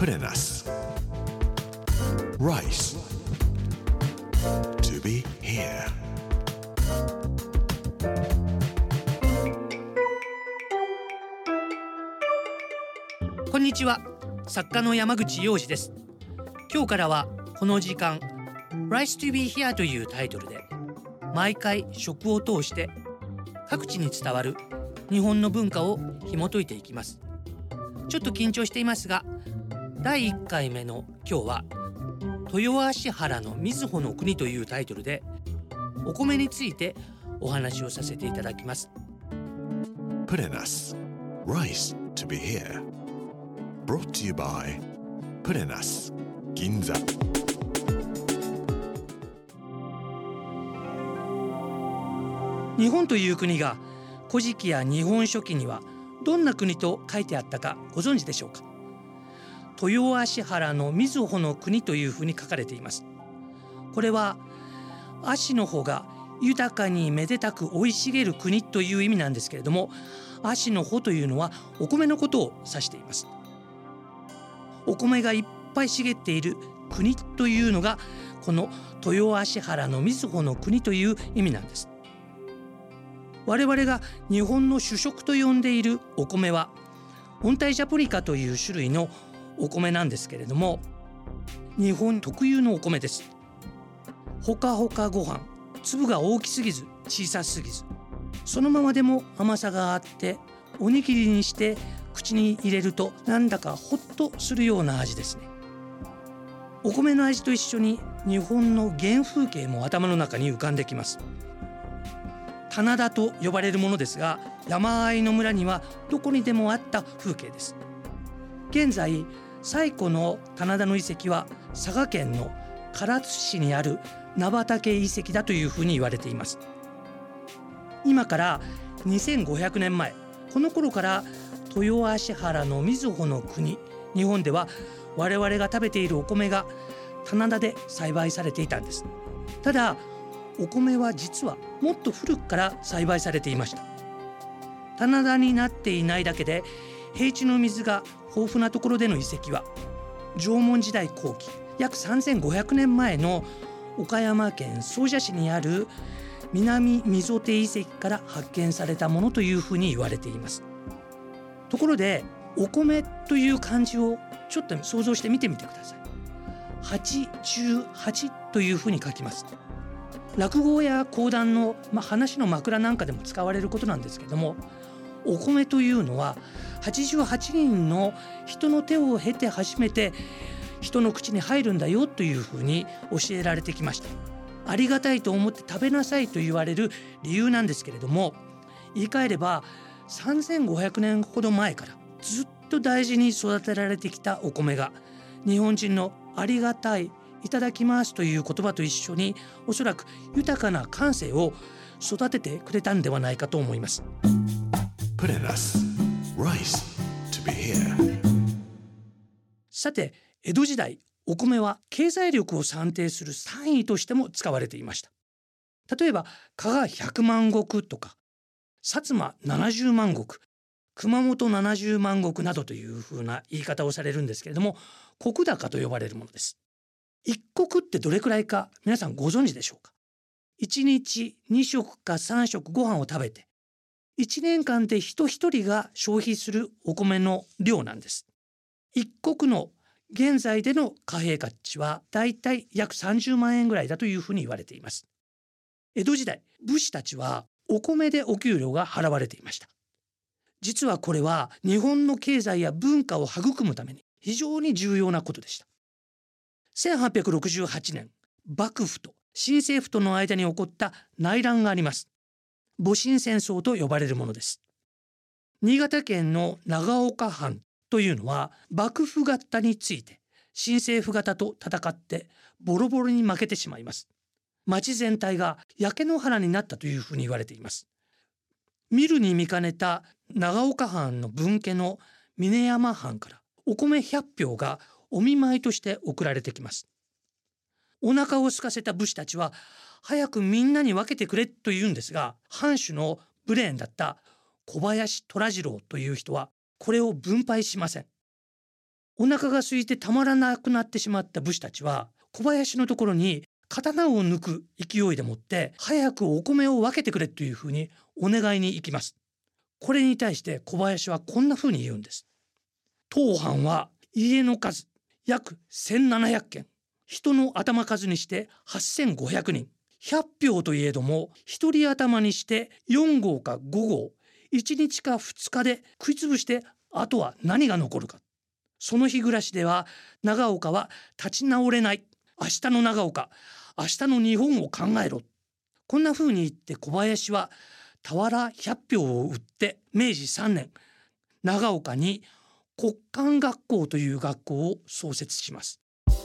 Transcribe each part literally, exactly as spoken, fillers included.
プレナス Rice to be here。 こんにちは、作家の山口洋二です。今日からはこの時間 Rice to be here というタイトルで、毎回食を通して各地に伝わる日本の文化を紐解いていきます。ちょっと緊張していますが、だいいっかいめの今日は豊芦原の瑞穂の国というタイトルで、お米についてお話をさせていただきます。 プレナス Rice to be here Brought to you by プレナス銀座。 日本という国が古事記や日本書紀にはどんな国と書いてあったかご存知でしょうか。豊芦原の瑞穂の国というふうに書かれています。これは芦の穂が豊かにめでたく生い茂る国という意味なんですけれども、芦の穂というのはお米のことを指しています。お米がいっぱい茂っている国というのがこの豊芦原の瑞穂の国という意味なんです。我々が日本の主食と呼んでいるお米は温帯ジャポニカという種類のお米なんですけれども、日本特有のお米です。ほかほかご飯、粒が大きすぎず小さすぎず、そのままでも甘さがあって、おにぎりにして口に入れるとなんだかホッとするような味ですね。お米の味と一緒に日本の原風景も頭の中に浮かんできます。棚田と呼ばれるものですが、山あいの村にはどこにでもあった風景です。現在最古の棚田の遺跡は佐賀県の唐津市にある菜畑遺跡だというふうに言われています。今からにせんごひゃくねんまえ、この頃から豊芦原の瑞穂の国、日本では我々が食べているお米が棚田で栽培されていたんです。ただお米は実はもっと古くから栽培されていました。棚田になっていないだけで、平地の水が豊富なところでの遺跡は縄文時代後期、約さんぜんごひゃくねんまえの岡山県総社市にある南溝手遺跡から発見されたものというふうに言われています。ところでお米という漢字をちょっと想像して見てみてください。八十八というふうに書きます。落語や講談の、まあ、話の枕なんかでも使われることなんですけども、お米というのははちじゅうはちにんの人の手を経て初めて人の口に入るんだよというふうに教えられてきました。ありがたいと思って食べなさいと言われる理由なんですけれども、言い換えればさんぜんごひゃくねんほど前からずっと大事に育てられてきたお米が、日本人のありがたい、いただきますという言葉と一緒に、おそらく豊かな感性を育ててくれたんではないかと思います。 プレナス Rice to be here。 さて、江戸時代、お米は経済力を算定する単位としても使われていました。例えば加賀ひゃくまん石とか、薩摩ななじゅうまん石、熊本ななじゅうまん石などというふうな言い方をされるんですけれども、石高と呼ばれるものです。一石ってどれくらいか皆さんご存知でしょうか。いちにちに食かさん食ご飯を食べて、いちねんかんで人一人が消費するお米の量なんです。一石の現在での貨幣価値はだいたい約さんじゅうまんえんぐらいだというふうに言われています。江戸時代、武士たちはお米でお給料が払われていました。実はこれは日本の経済や文化を育むために非常に重要なことでした。せんはっぴゃくろくじゅうはちねん、幕府と新政府との間に起こった内乱があります。戊辰戦争と呼ばれるものです。新潟県の長岡藩というのは幕府方について新政府方と戦ってボロボロに負けてしまいます。町全体が焼け野原になったというふうに言われています。見るに見かねた長岡藩の分家の峰山藩からお米ひゃっぴょうがお見舞いとして送られてきます。お腹を空かせた武士たちは早くみんなに分けてくれと言うんですが、藩主のブレーンだった小林虎次郎という人はこれを分配しません。 お腹が空いてたまらなくなってしまった武士たちは小林のところに刀を抜く勢いでもって早くお米を分けてくれというふうにお願いに行きます。これに対して小林はこんなふうに言うんです。当藩は家の数約せんななひゃくけん、人の頭数にしてはっせんごひゃくにん、ひゃっぴょうといえども一人頭にしてよんごうかごごう、いちにちかふつかで食いつぶしてあとは何が残るか。その日暮らしでは長岡は立ち直れない。明日の長岡、明日の日本を考えろ。こんな風に言って小林は俵ひゃっぴょうを売ってめいじさんねん、長岡に国官学校という学校を創設します。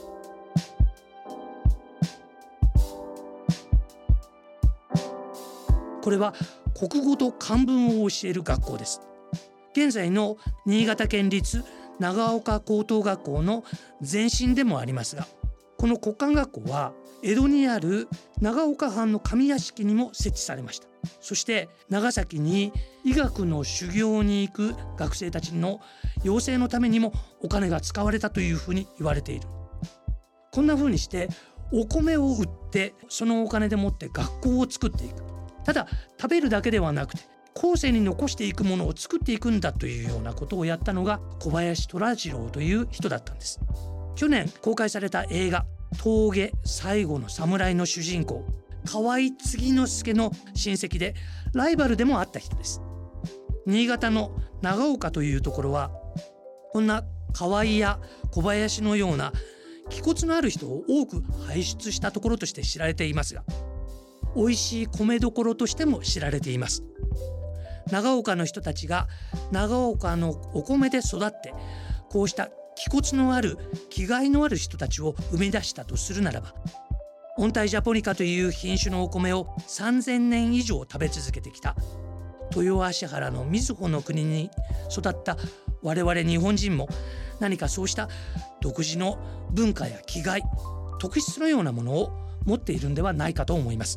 これは国語と漢文を教える学校です。現在の新潟県立長岡高等学校の前身でもありますが、この国官学校は江戸にある長岡藩の上屋敷にも設置されました。そして長崎に医学の修行に行く学生たちの養成のためにもお金が使われたというふうに言われている。こんなふうにしてお米を売ってそのお金でもって学校を作っていく。ただ食べるだけではなくて後世に残していくものを作っていくんだというようなことをやったのが小林虎次郎という人だったんです。去年公開された映画峠最後の侍の主人公河合継之助の親戚でライバルでもあった人です。新潟の長岡というところはこんな河合や小林のような気骨のある人を多く輩出したところとして知られていますが、美味しい米どころとしても知られています。長岡の人たちが長岡のお米で育ってこうした気骨のある気概のある人たちを生み出したとするならば、温帯ジャポニカという品種のお米をさんぜんねん以上食べ続けてきた豊芦原の瑞穂の国に育った我々日本人も何かそうした独自の文化や気概、特質のようなものを持っているんではないかと思います。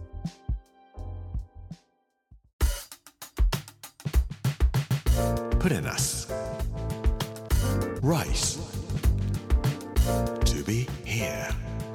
Purenas Rice to be here.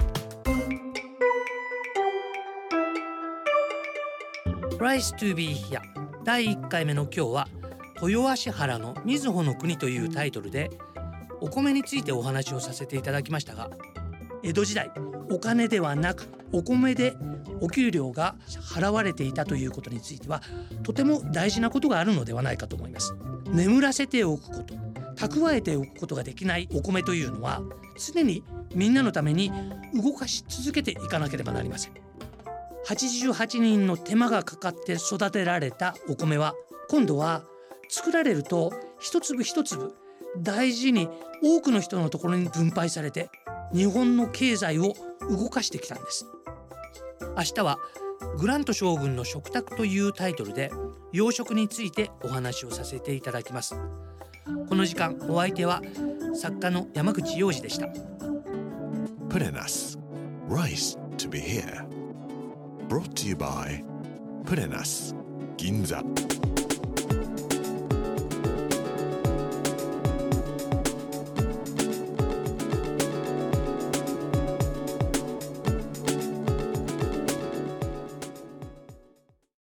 Rice to be here だいいっかいめの今日は豊芦原の瑞穂の国というタイトルでお米についてお話をさせていただきましたが、江戸時代お金ではなくお米でお給料が払われていたということについてはとても大事なことがあるのではないかと思います。眠らせておくこと、蓄えておくことができないお米というのは常にみんなのために動かし続けていかなければなりません。はちじゅうはちにんの手間がかかって育てられたお米は今度は作られると一粒一粒大事に多くの人のところに分配されて日本の経済を動かしてきたんです。明日はグラント将軍の食卓というタイトルで洋食についてお話をさせていただきます。この時間お相手は作家の山口洋二でした。 Purenas Rice to be here. Brought to you by Purenas Ginza.